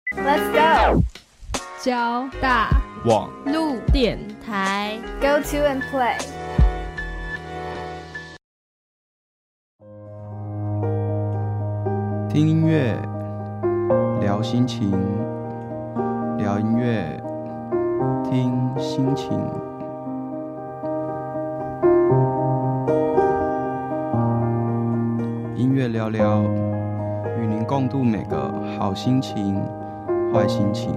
Let's go! 交大网路电台 Go to and play. 听音乐，聊心情，聊音乐，听心情。音乐聊聊，与您共度每个好心情、坏心情。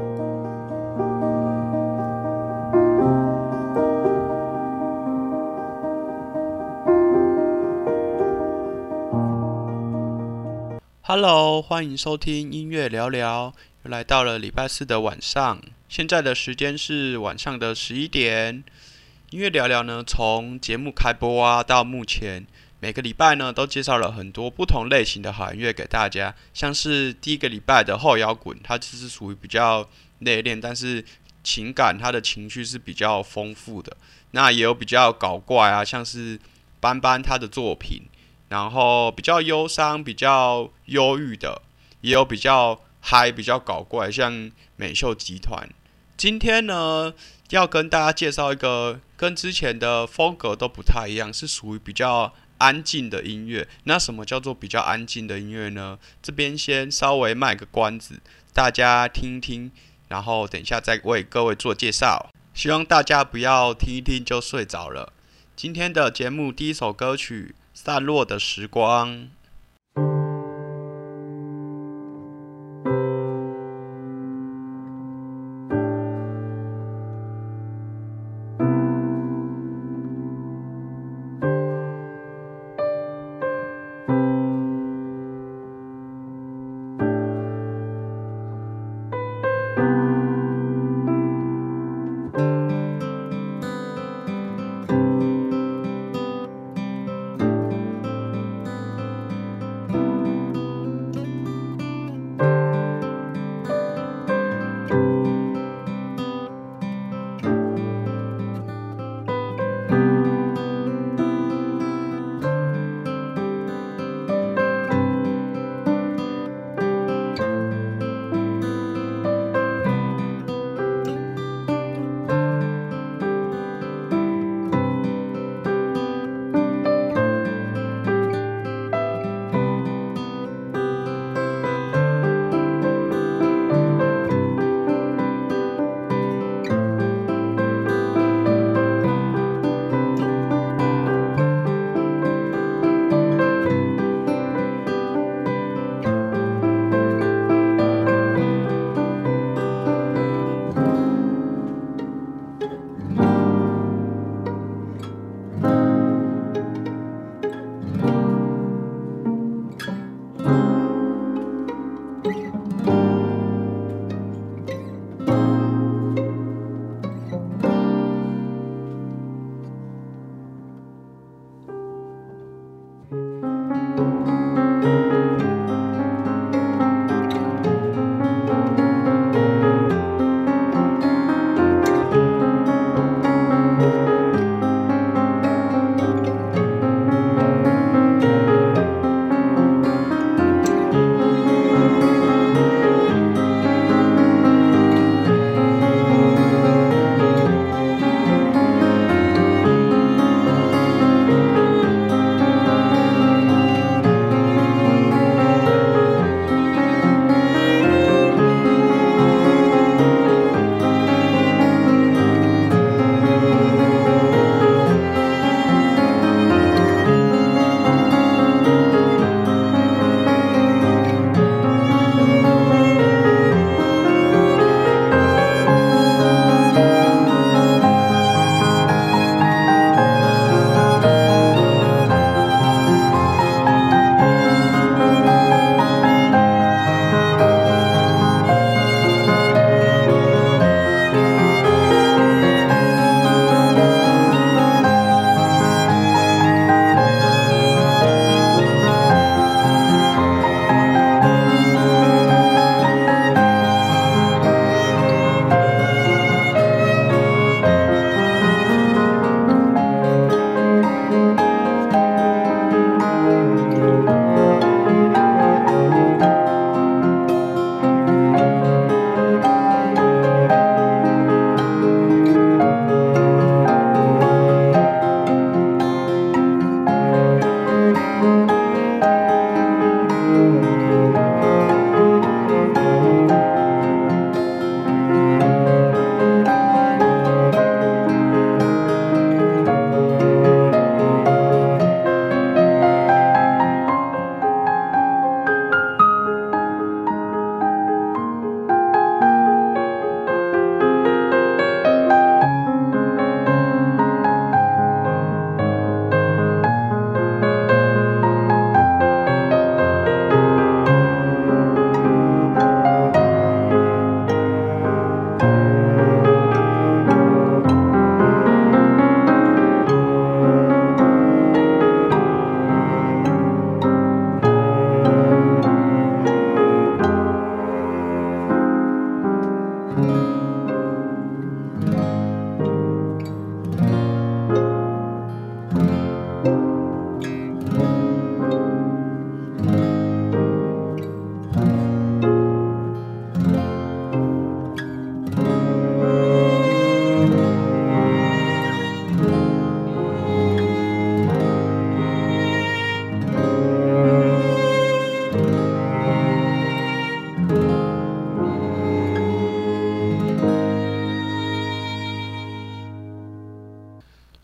Hello， 欢迎收听音乐聊聊，又来到了礼拜四的晚上，现在的时间是晚上的11点。音乐聊聊呢，从节目开播到目前，每个礼拜呢都介绍了很多不同类型的好音乐给大家，像是第一个礼拜的后摇滚，它就是属于比较内敛，但是情感它的情绪是比较丰富的。那也有比较搞怪像是班班他的作品。然后比较忧伤、比较忧郁的，也有比较嗨、比较搞怪，像美秀集团。今天呢，要跟大家介绍一个跟之前的风格都不太一样，是属于比较安静的音乐。那什么叫做比较安静的音乐呢？这边先稍微卖个关子，大家听一听，然后等一下再为各位做介绍。希望大家不要听一听就睡着了。今天的节目第一首歌曲。散落的时光。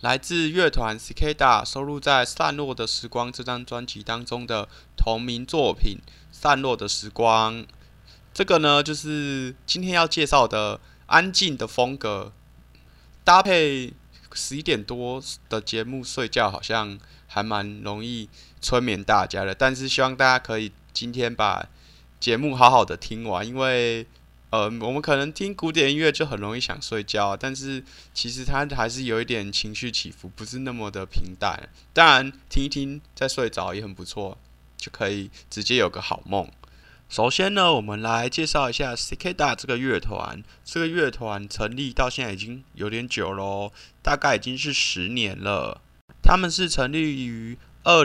来自乐团 Cicada 收录在《散落的时光》这张专辑当中的同名作品《散落的时光》。这个呢，就是今天要介绍的安静的风格，搭配11点多的节目睡觉，好像还蛮容易催眠大家的。但是希望大家可以今天把节目好好的听完，因为我们可能听古典音乐就很容易想睡觉，但是其实它还是有一点情绪起伏，不是那么的平淡。当然听一听再睡着也很不错，就可以直接有个好梦。首先呢，我们来介绍一下 Cicada 这个乐团。这个乐团成立到现在已经有点久咯，大概已经是10年了。他们是成立于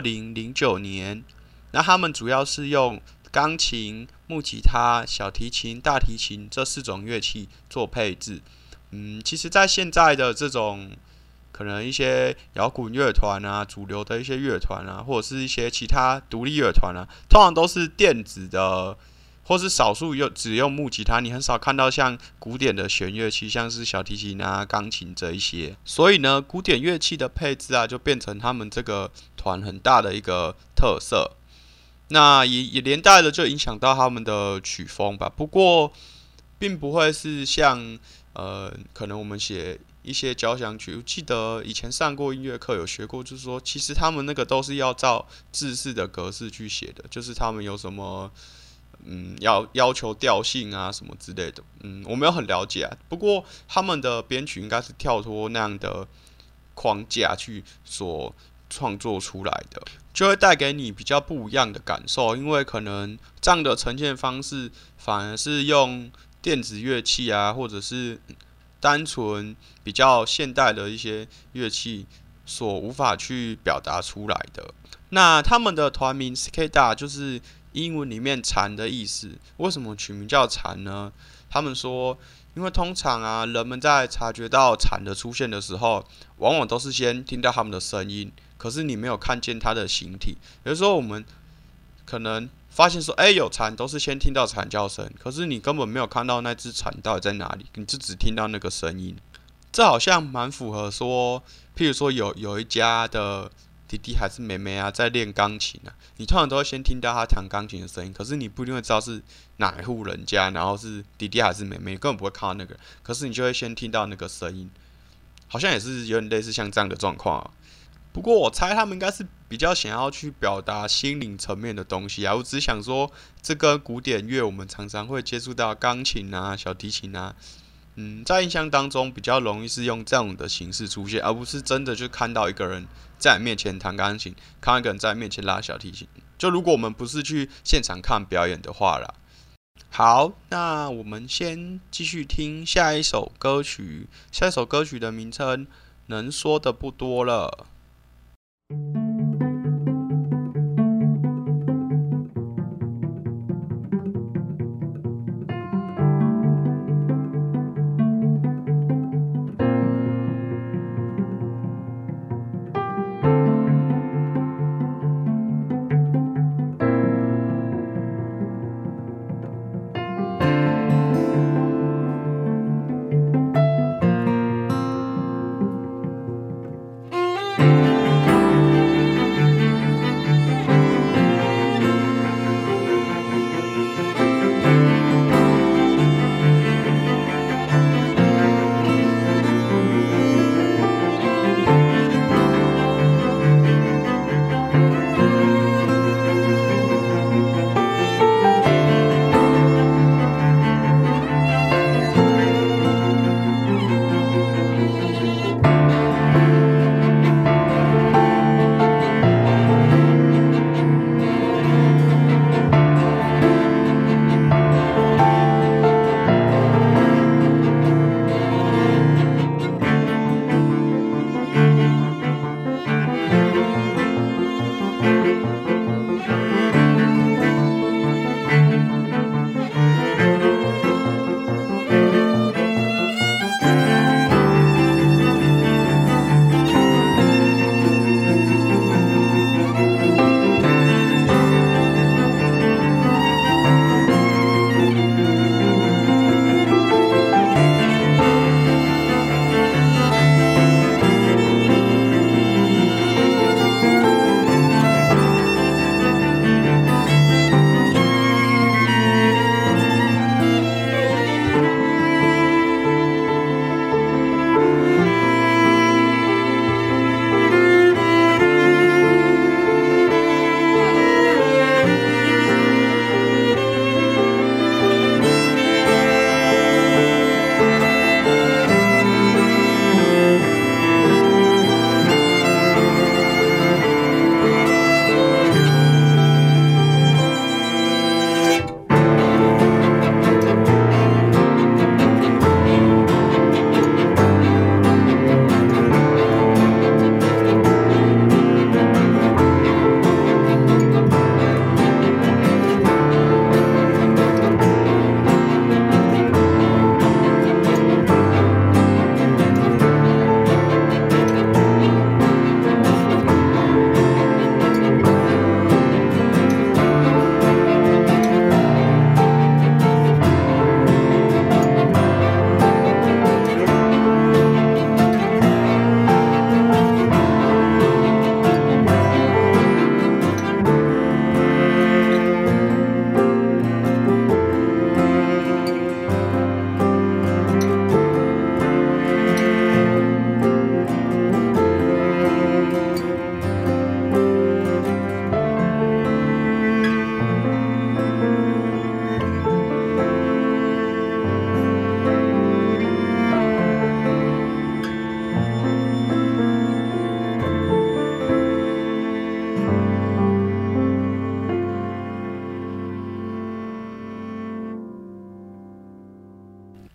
2009年，那他们主要是用钢琴、木吉他、小提琴、大提琴这4种乐器做配置。其实在现在的这种可能一些摇滚乐团啊，主流的一些乐团啊，或者是一些其他独立乐团啊，通常都是电子的，或是少数只用木吉他，你很少看到像古典的弦乐器，像是小提琴啊、钢琴这一些。所以呢，古典乐器的配置啊，就变成他们这个团很大的一个特色。那也连带的就影响到他们的曲风吧。不过，并不会是像可能我们写一些交响曲，我记得以前上过音乐课有学过，就是说其实他们那个都是要照制式的格式去写的，就是他们有什么要求调性啊什么之类的，我没有很了解啊。不过他们的编曲应该是跳脱那样的框架去所创作出来的，就会带给你比较不一样的感受，因为可能这样的呈现方式反而是用电子乐器啊，或者是单纯比较现代的一些乐器所无法去表达出来的。那他们的团名 Cicada 就是英文里面蝉的意思。为什么取名叫蝉呢？他们说，因为通常啊，人们在察觉到蝉的出现的时候，往往都是先听到它们的声音，可是你没有看见它的形体。有时候我们可能发现说，有蝉，都是先听到蝉叫声，可是你根本没有看到那只蝉到底在哪里，你就只听到那个声音。这好像蛮符合说，譬如说有一家的弟弟还是妹妹啊，在练钢琴啊，你通常都会先听到他弹钢琴的声音，可是你不一定会知道是哪一户人家，然后是弟弟还是妹妹，你根本不会看到那个人，可是你就会先听到那个声音，好像也是有点类似像这样的状况啊。不过我猜他们应该是比较想要去表达心灵层面的东西啊。我只想说，这跟古典乐我们常常会接触到钢琴啊、小提琴啊，在印象当中比较容易是用这样的形式出现，而不是真的就看到一个人在你面前弹钢琴，看到一个人在你面前拉小提琴。就如果我们不是去现场看表演的话啦。好，那我们先继续听下一首歌曲。下一首歌曲的名称能说的不多了。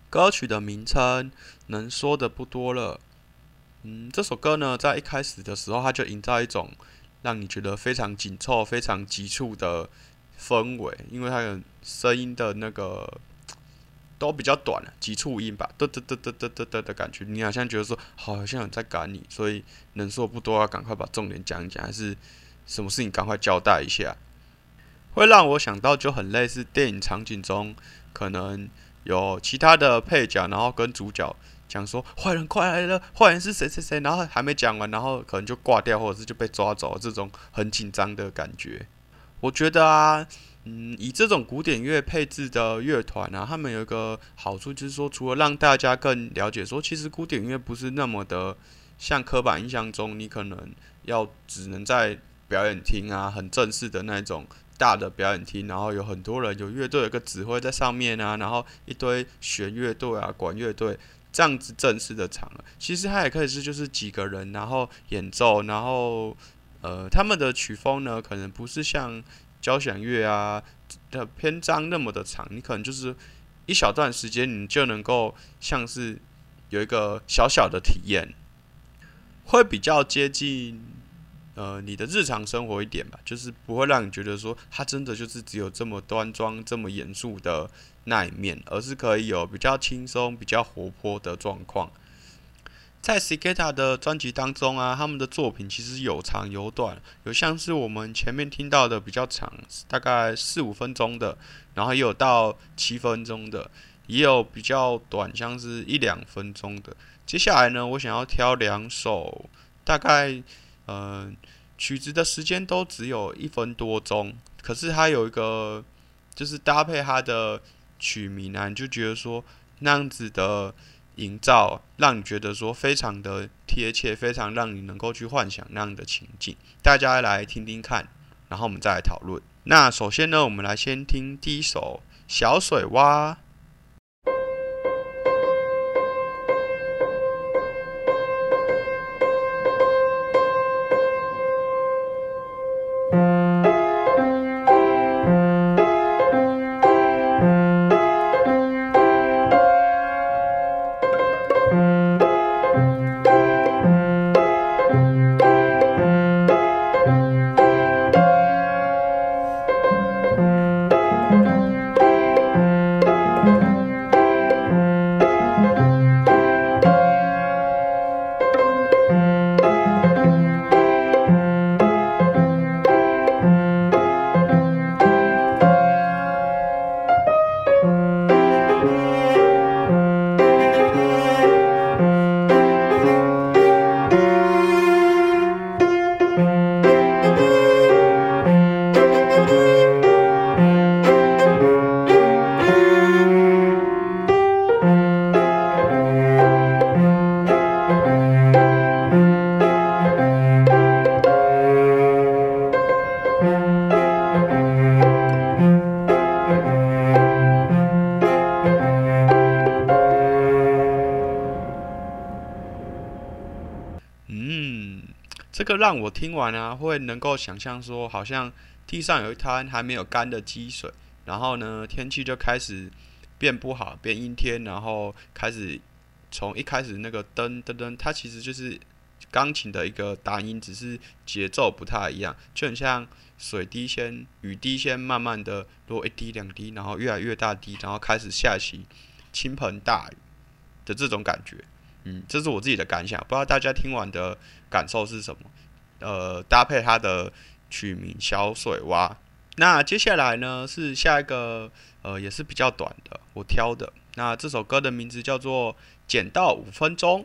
歌曲的名称能说的不多了。这首歌呢，在一开始的时候，它就营造一种让你觉得非常紧凑、非常急促的氛围，因为它的声音的那个都比较短了，急促音吧，嘚嘚嘚嘚嘚嘚嘚的感觉，你好像觉得说，好像有人在赶你，所以能说不多，要赶快把重点讲一讲，还是什么事情赶快交代一下，会让我想到就很类似电影场景中，可能有其他的配角，然后跟主角讲说坏人快来了，坏人是谁谁谁，然后还没讲完，然后可能就挂掉，或者是就被抓走，这种很紧张的感觉。我觉得啊，以这种古典乐配置的乐团啊，他们有一个好处就是说，除了让大家更了解说，其实古典乐不是那么的像刻板印象中，你可能只能在表演厅啊，很正式的那种大的表演厅，然后有很多人，有乐队有个指挥在上面啊，然后一堆弦乐队啊、管乐队。这样子正式的场合，其实它也可以是就是几个人，然后演奏，然后他们的曲风呢，可能不是像交响乐啊的篇章那么的长，你可能就是一小段时间，你就能够像是有一个小小的体验，会比较接近你的日常生活一点吧，就是不会让你觉得说它真的就是只有这么端庄、这么严肃的那一面，而是可以有比较轻松、比较活泼的状况。在 Cicada 的专辑当中啊，他们的作品其实有长有短，有像是我们前面听到的比较长，大概4-5分钟的，然后也有到7分钟的，也有比较短，像是1-2分钟的。接下来呢，我想要挑2首，大概曲子的时间都只有1分多钟，可是它有一个就是搭配它的曲名啊，你就觉得说那样子的营造，让你觉得说非常的贴切，非常让你能够去幻想那样的情境。大家来听听看，然后我们再来讨论。那首先呢，我们来先听第一首《小水洼》。这个让我听完啊，会能够想象说，好像地上有一滩还没有干的积水，然后呢，天气就开始变不好，变阴天，然后开始从一开始那个噔噔噔，它其实就是钢琴的一个打音，只是节奏不太一样，就很像雨滴先慢慢的落1滴2滴，然后越来越大滴，然后开始下起倾盆大雨的这种感觉。这是我自己的感想，不知道大家听完的感受是什么？搭配它的曲名《小水洼》。那接下来呢是下一个也是比较短的，我挑的。那这首歌的名字叫做《捡到5分钟》。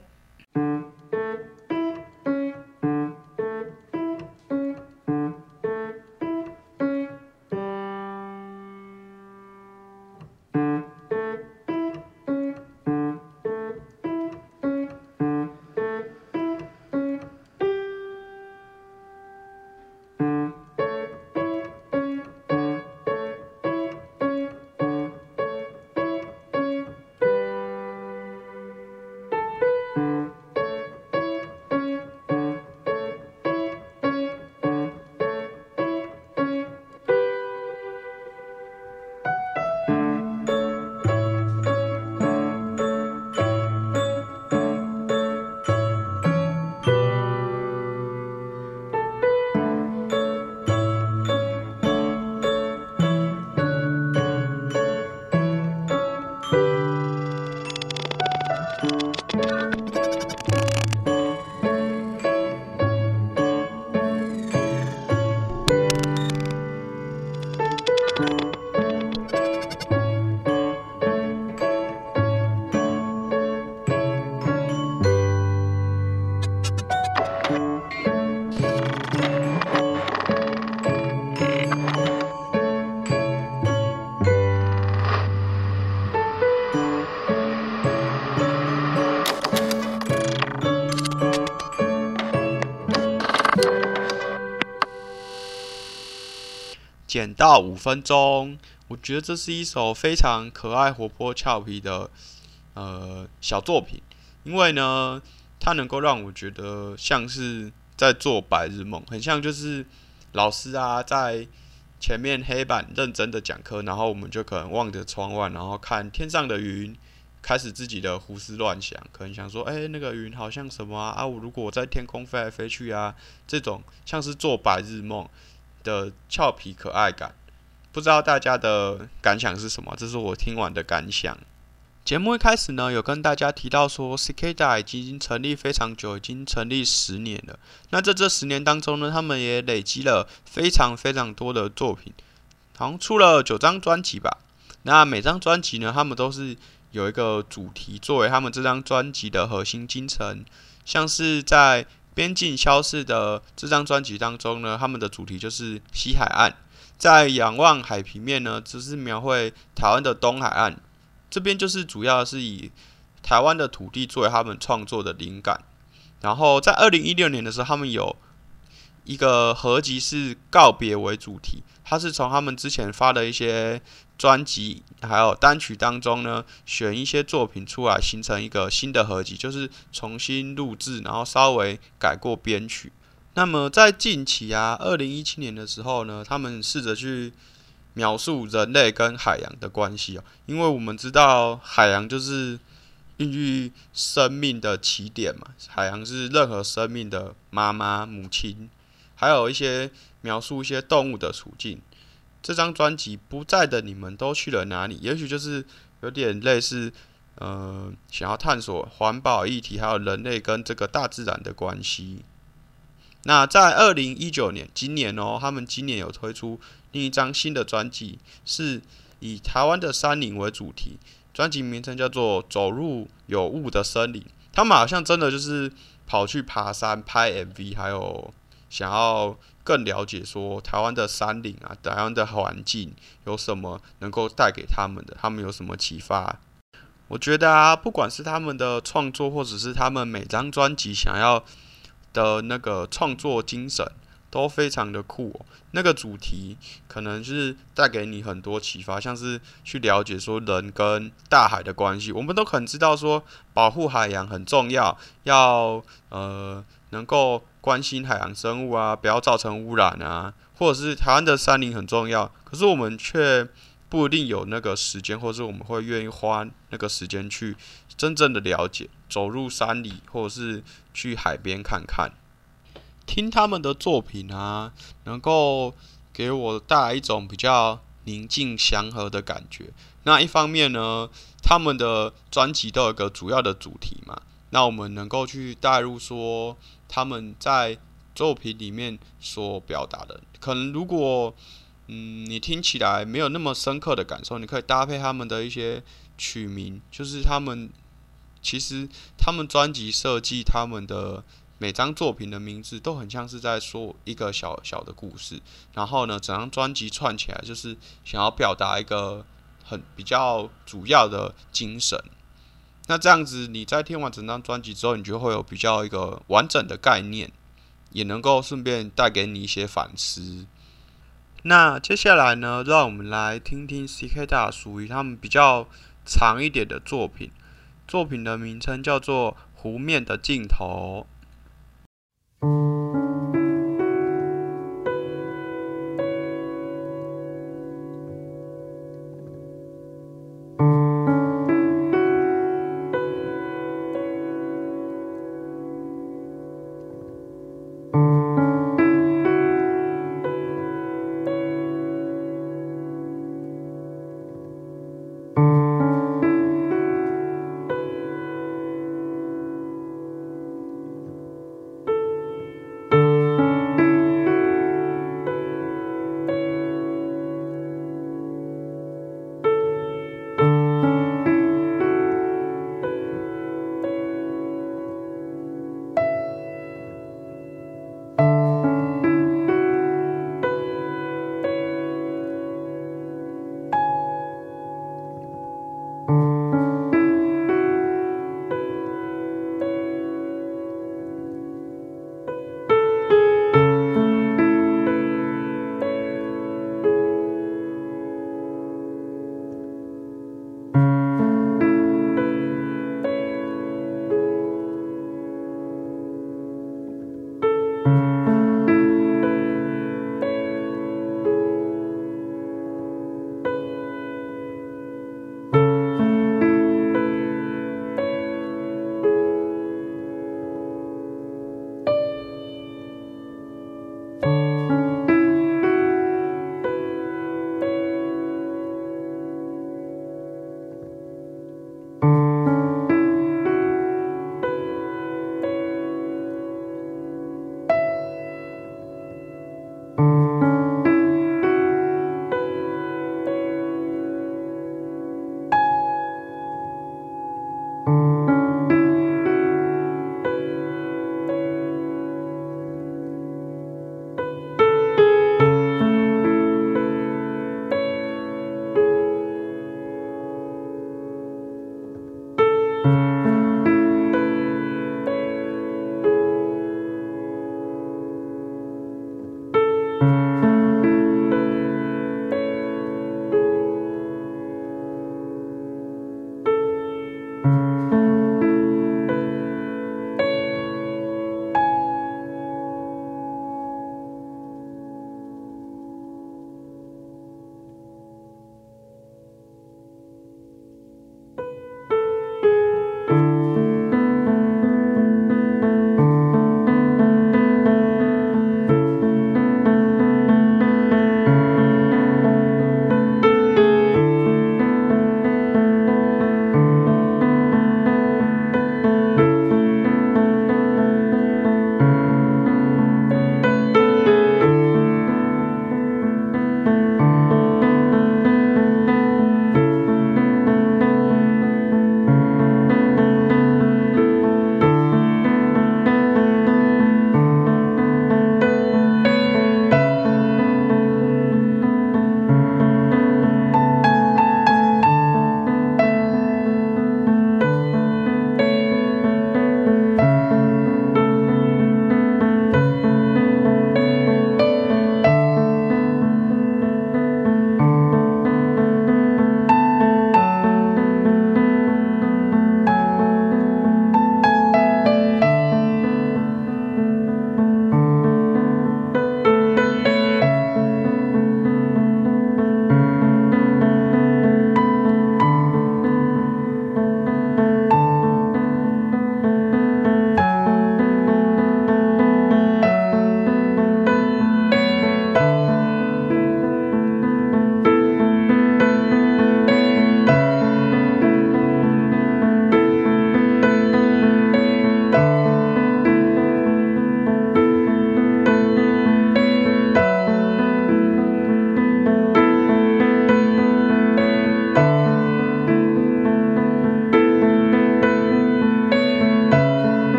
减到5分钟。我觉得这是一首非常可爱、活泼、俏皮的小作品，因为呢，它能够让我觉得像是在做白日梦，很像就是老师啊在前面黑板认真的讲课，然后我们就可能望着窗外，然后看天上的云，开始自己的胡思乱想，可能想说，那个云好像什么啊？我如果我在天空飞来飞去啊，这种像是做白日梦的俏皮可爱感，不知道大家的感想是什么？这是我听完的感想。节目一开始呢，有跟大家提到说 Cicada 已经成立非常久，已经成立10年了。那在这10年当中呢，他们也累积了非常非常多的作品，好像出了9张专辑吧。那每张专辑呢，他们都是有一个主题作为他们这张专辑的核心精神。像是在边境消逝的这张专辑当中呢，他们的主题就是西海岸。在仰望海平面呢，只是描绘台湾的东海岸。这边就是主要是以台湾的土地作为他们创作的灵感，然后在2016年的时候，他们有一个合集是告别为主题，它是从他们之前发的一些专辑还有单曲当中呢，选一些作品出来，形成一个新的合集，就是重新录制，然后稍微改过编曲。那么在近期啊，2017年的时候呢，他们试着去描述人类跟海洋的关系哦，因为我们知道海洋就是孕育生命的起点嘛，海洋是任何生命的妈妈、母亲，还有一些描述一些动物的处境。这张专辑《不在的你们都去了哪里》，也许就是有点类似，想要探索环保议题，还有人类跟这个大自然的关系。那在2019年，今年哦，他们今年有推出另一张新的专辑，是以台湾的山林为主题，专辑名称叫做《走入有雾的森林》。他们好像真的就是跑去爬山拍 MV， 还有想要更了解说台湾的山林啊，台湾的环境有什么能够带给他们的，他们有什么启发。我觉得啊，不管是他们的创作，或者是他们每张专辑想要的那个创作精神都非常的酷哦。那个主题可能是带给你很多启发，像是去了解说人跟大海的关系。我们都可能知道说保护海洋很重要，要能够关心海洋生物啊，不要造成污染啊，或者是台湾的山林很重要，可是我们却不一定有那个时间，或是我们会愿意花那个时间去真正的了解，走入山里，或者是去海边看看。听他们的作品啊，能够给我带来一种比较宁静祥和的感觉。那一方面呢，他们的专辑都有一个主要的主题嘛，那我们能够去带入说他们在作品里面所表达的，可能如果你听起来没有那么深刻的感受，你可以搭配他们的一些曲名，就是其实他们专辑设计他们的每张作品的名字都很像是在说一个小小的故事，然后呢，整张专辑串起来就是想要表达一个比较主要的精神。那这样子，你在听完整张专辑之后，你就会有比较一个完整的概念，也能够顺便带给你一些反思。那接下来呢，让我们来听听 Cicada 属于他们比较长一点的作品，作品的名称叫做《湖面的尽头》。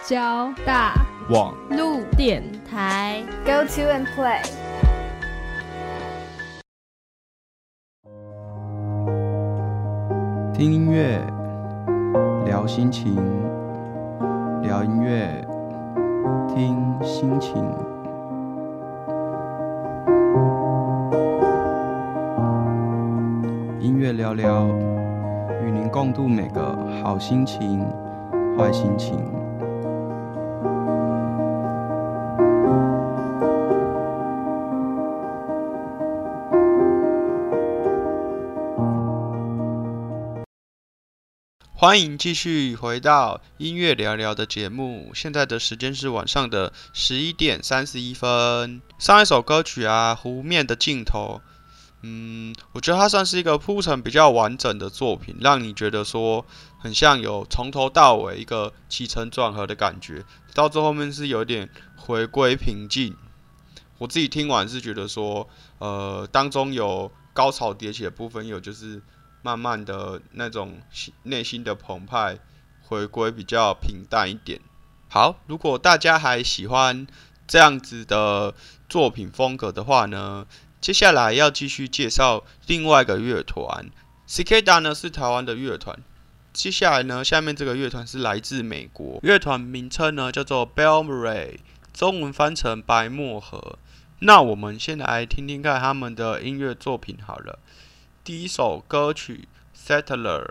交大网路电台。 Go to and play. 听音乐，聊心情，聊音乐，听心情。音乐聊聊，与您共度每个好心情、坏心情。 欢迎继续回到音乐聊聊的节目，现在的时间是晚上的11点31分。上一首歌曲啊，《湖面的尽头》，我觉得它算是一个铺陈比较完整的作品，让你觉得说很像有从头到尾一个起承转合的感觉，到最后面是有点回归平静。我自己听完是觉得说，当中有高潮迭起的部分，有就是慢慢的那种内心的澎湃，回归比较平淡一点。好，如果大家还喜欢这样子的作品风格的话呢，接下来要继续介绍另外一个乐团。Cicada 呢是台湾的乐团，接下来呢，下面这个乐团是来自美国，乐团名称呢叫做 Belle Murray， 中文翻成白漠河。那我们先来听听看他们的音乐作品好了。第一首歌曲《Settler》。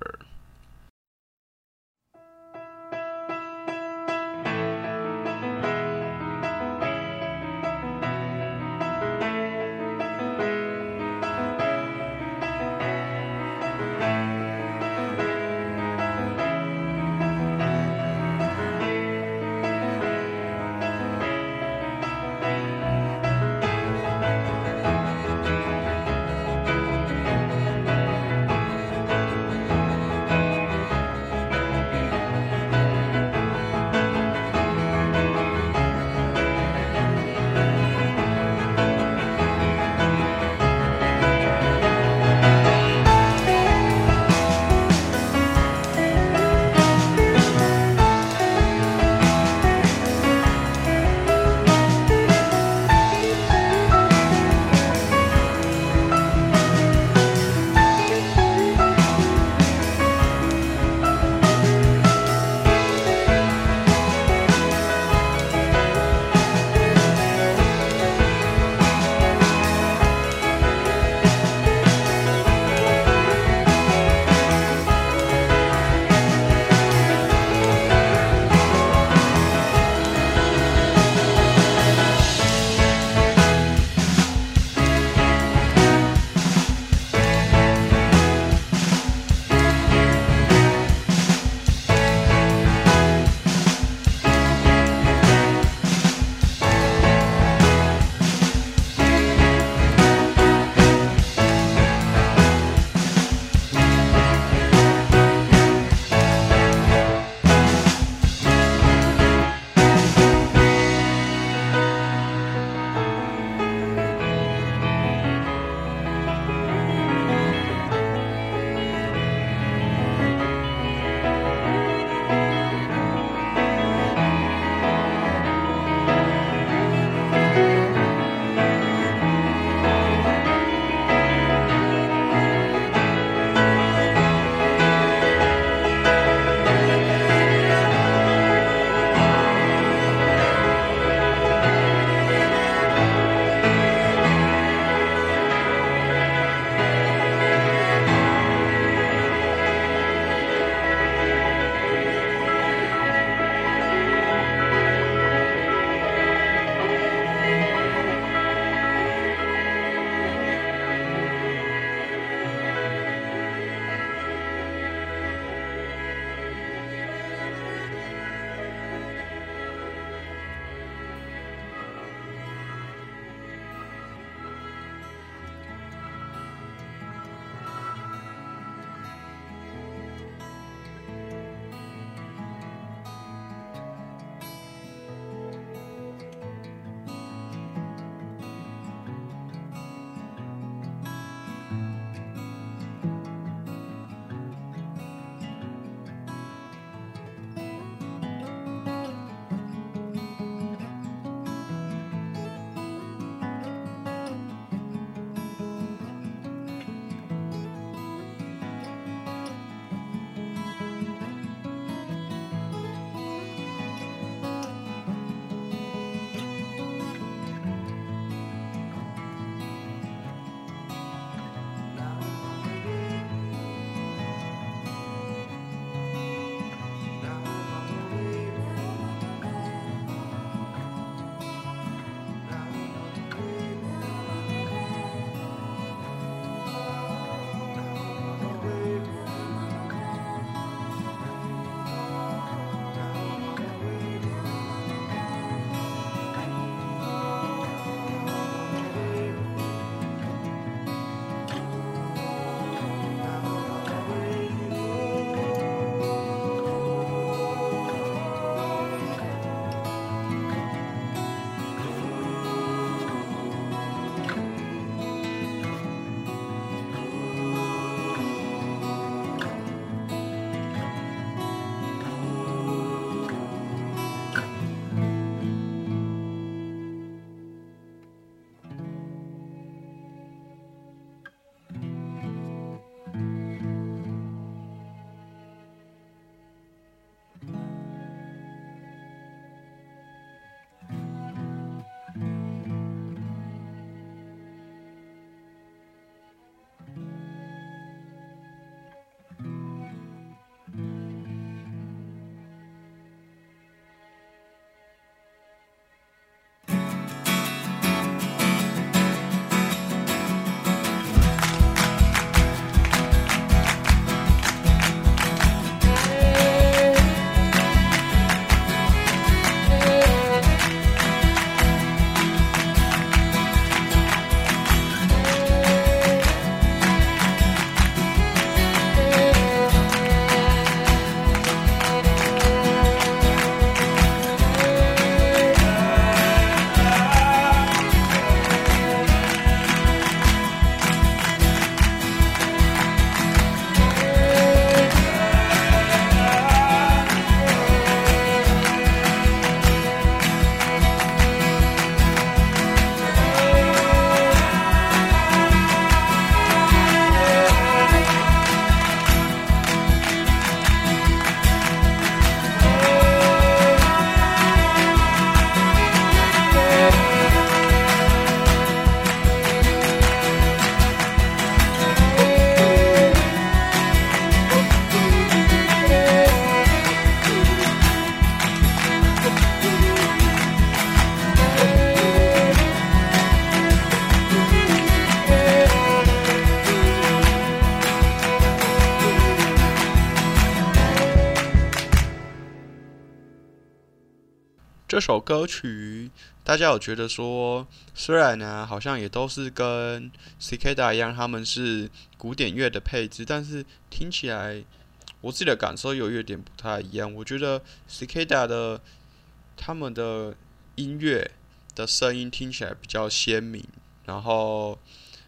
这首歌曲，大家有觉得说，虽然呢好像也都是跟 Cicada 一样，他们是古典乐的配置，但是听起来我自己的感受有点不太一样。我觉得 Cicada 的他们的音乐的声音听起来比较鲜明，然后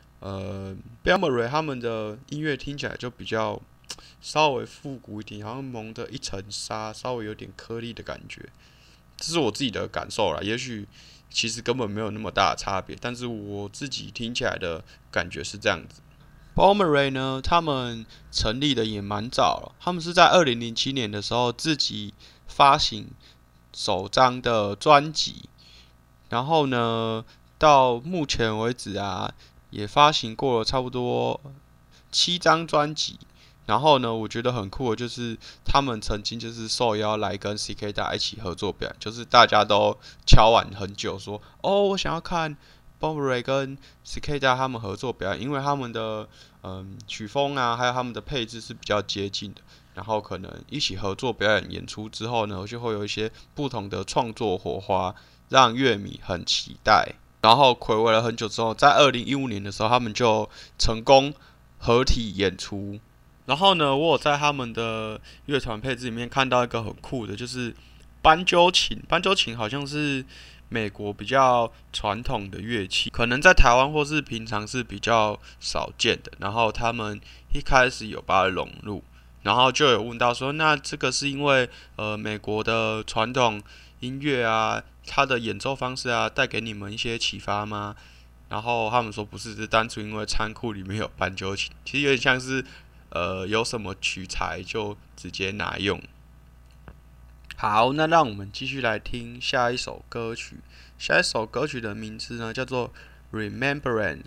Belmore 他们的音乐听起来就比较稍微复古一点，好像蒙着一层纱，稍微有点颗粒的感觉。这是我自己的感受啦，也许其实根本没有那么大的差别，但是我自己听起来的感觉是这样子。Belmore 呢，他们成立的也蛮早了，他们是在2007年的时候自己发行首张的专辑，然后呢，到目前为止啊，也发行过了差不多7张专辑。然后呢，我觉得很酷的就是他们曾经就是受邀来跟 Cicada 一起合作表演，就是大家都敲碗很久说，哦，我想要看 Belmore 跟 Cicada 他们合作表演，因为他们的曲风啊，还有他们的配置是比较接近的。然后可能一起合作表演演出之后呢，就会有一些不同的创作火花，让乐迷很期待。然后睽违了很久之后，在2015年的时候，他们就成功合体演出。然后呢，我有在他们的乐团配置里面看到一个很酷的，就是斑鸠琴。斑鸠琴好像是美国比较传统的乐器，可能在台湾或是平常是比较少见的。然后他们一开始有把它融入，然后就有问到说，那这个是因为美国的传统音乐啊，它的演奏方式啊，带给你们一些启发吗？然后他们说不是，是单纯因为仓库里面有斑鸠琴，其实有点像是有什么取材就直接拿用。好，那让我们继续来听下一首歌曲。下一首歌曲的名字呢叫做《Remembrance》。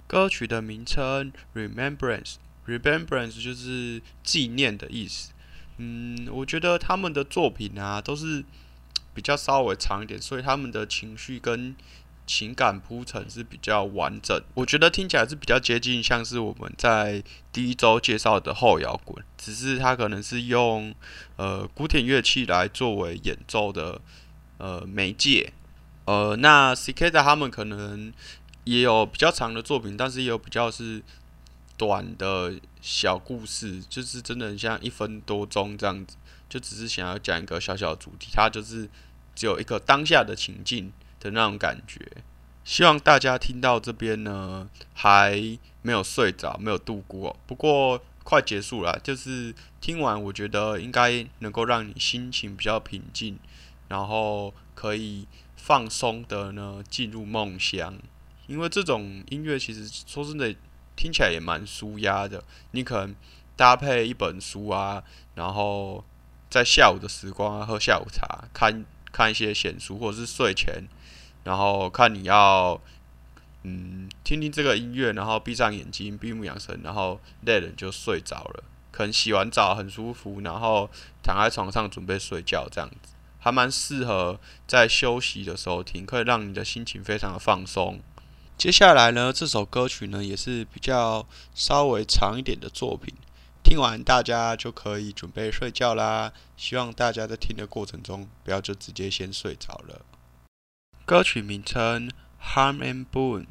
歌曲的名称 Remembrance 就是纪念的意思。我觉得他们的作品啊都是比较稍微长一点，所以他们的情绪跟情感铺陈是比较完整。我觉得听起来是比较接近像是我们在第一周介绍的后摇滚，只是它可能是用古典乐器来作为演奏的媒介。那 Cicada 他们可能也有比较长的作品，但是也有比较是短的小故事，就是真的很像1分多钟这样子，就只是想要讲一个小小的主题，它就是只有一个当下的情境的那种感觉。希望大家听到这边呢，还没有睡着，没有度过。不过快结束了，就是听完，我觉得应该能够让你心情比较平静，然后可以放松的呢进入梦乡。因为这种音乐其实说真的，听起来也蛮舒压的。你可能搭配一本书啊，然后在下午的时光啊，喝下午茶，看一些闲书，或者是睡前，然后看你要听听这个音乐，然后闭上眼睛，闭目养神，然后累了就睡着了。可能洗完澡很舒服，然后躺在床上准备睡觉，这样子还蛮适合在休息的时候听，可以让你的心情非常的放松。接下来呢，这首歌曲呢也是比较稍微长一点的作品，听完大家就可以准备睡觉啦。希望大家在听的过程中，不要就直接先睡着了。歌曲名称 Harm and Boone。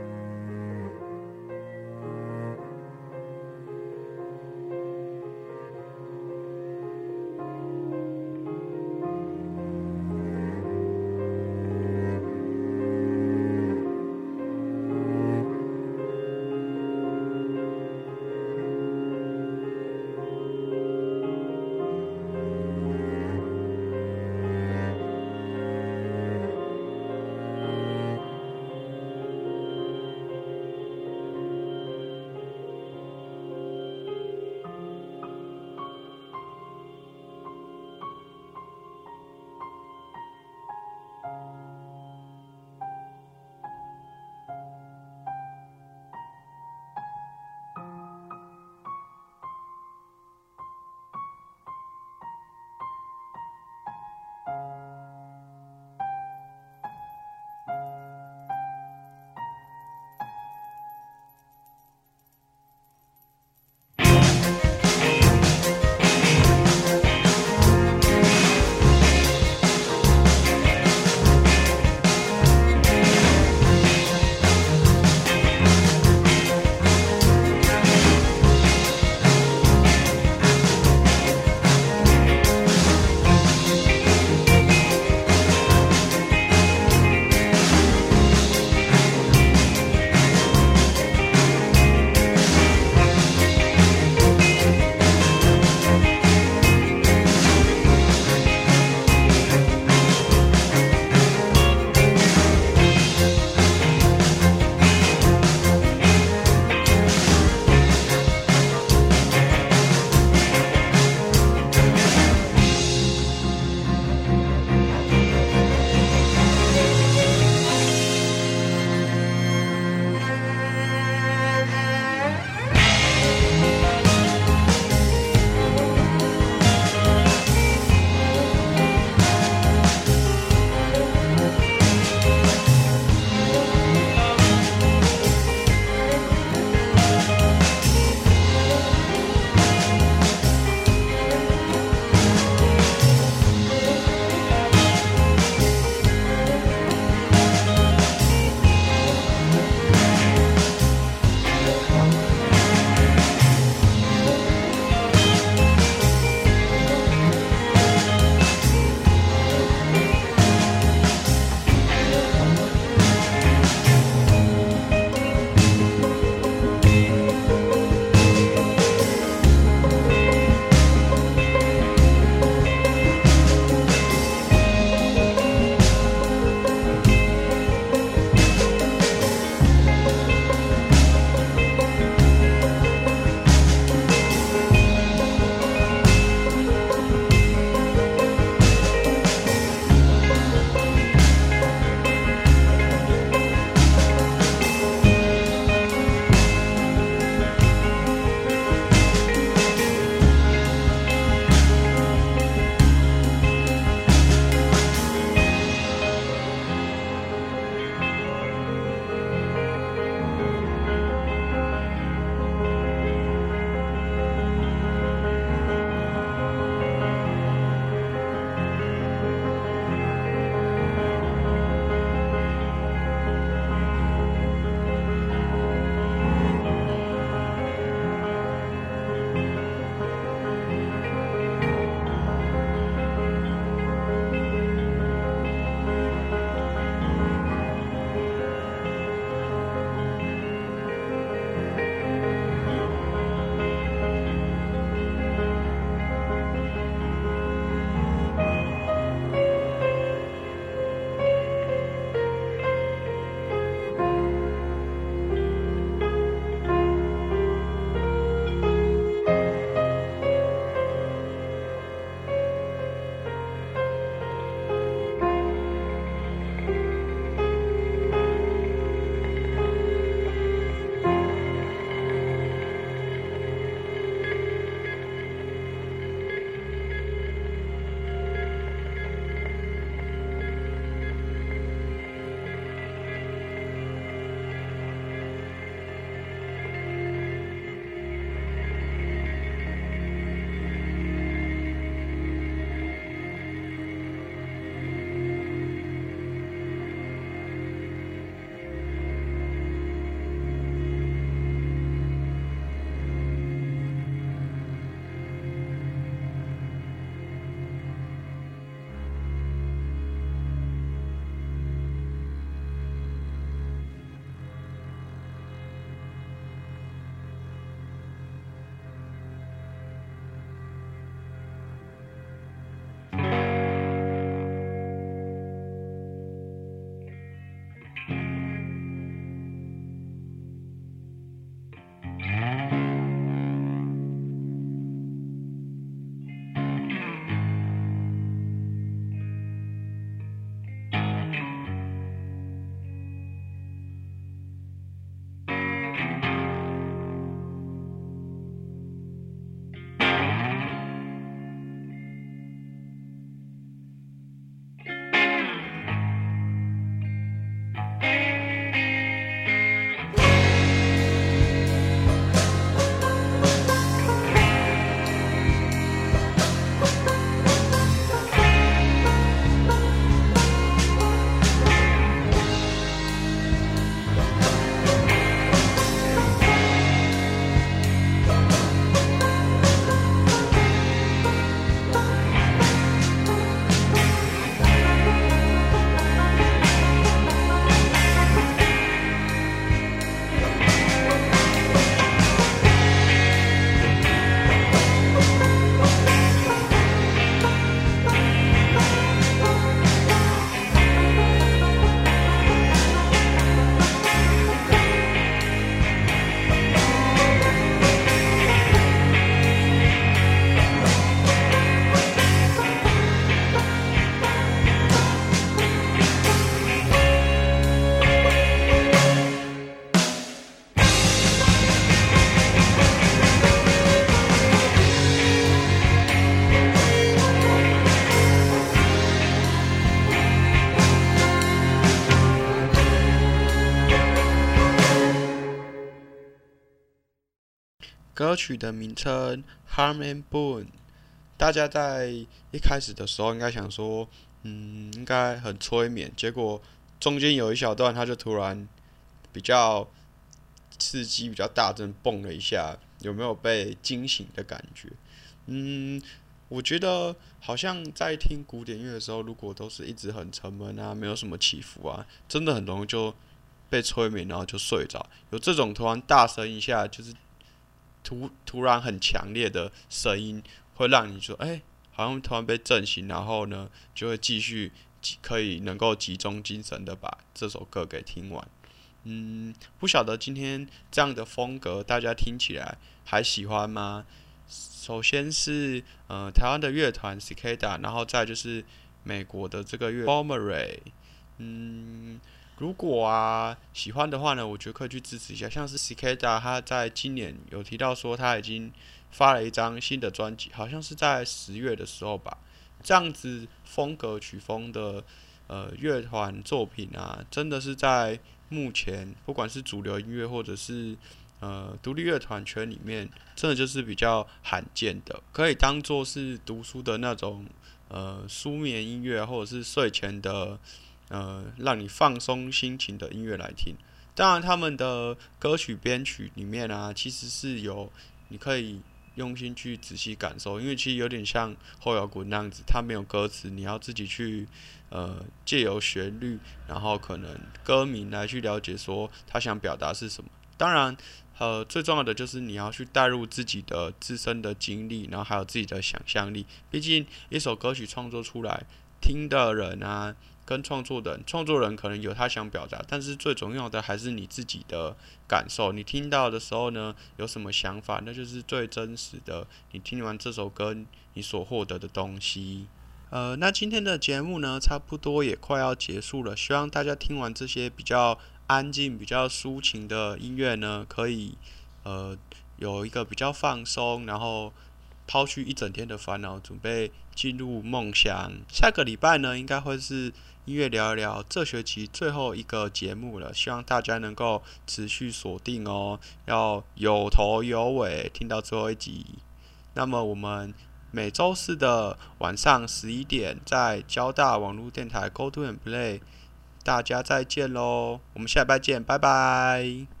歌曲的名称 Harm and Boone， 大家在一开始的时候应该想说，应该很催眠，结果中间有一小段它就突然比较刺激，比较大声，蹦了一下，有没有被惊醒的感觉？我觉得好像在听古典乐的时候，如果都是一直很沉闷啊，没有什么起伏啊，真的很容易就被催眠，然后就睡着。有这种突然大声一下，就是突然很强烈的声音，会让你说，好像突然被震醒，然后呢，就会继续可以能够集中精神的把这首歌给听完。不晓得今天这样的风格，大家听起来还喜欢吗？首先是台湾的乐团 Cicada， 然后再就是美国的这个乐 Bomberay。如果喜欢的话呢，我觉得可以去支持一下。像是 Cicada， 他在今年有提到说他已经发了一张新的专辑，好像是在10月的时候吧。这样子风格曲风的乐团作品啊，真的是在目前不管是主流音乐或者是独立乐团圈里面，真的就是比较罕见的，可以当作是读书的那种舒眠音乐，或者是睡前的让你放松心情的音乐来听。当然，他们的歌曲编曲里面啊，其实是有你可以用心去仔细感受，因为其实有点像后摇滚那样子，它没有歌词，你要自己去借由旋律，然后可能歌名来去了解说他想表达是什么。当然，最重要的就是你要去带入自己的自身的经历，然后还有自己的想象力。毕竟一首歌曲创作出来，听的人啊，跟创作人可能有他想表达，但是最重要的还是你自己的感受。你听到的时候呢，有什么想法，那就是最真实的。你听完这首歌，你所获得的东西。那今天的节目呢，差不多也快要结束了。希望大家听完这些比较安静、比较抒情的音乐呢，可以有一个比较放松，然后抛去一整天的烦恼，准备进入梦乡。下个礼拜呢，应该会是音乐聊一聊这学期最后一个节目了，希望大家能够持续锁定哦，要有头有尾，听到最后一集。那么我们每周四的晚上11点，在交大网络电台 Go to and Play， 大家再见喽！我们下礼拜见，拜拜。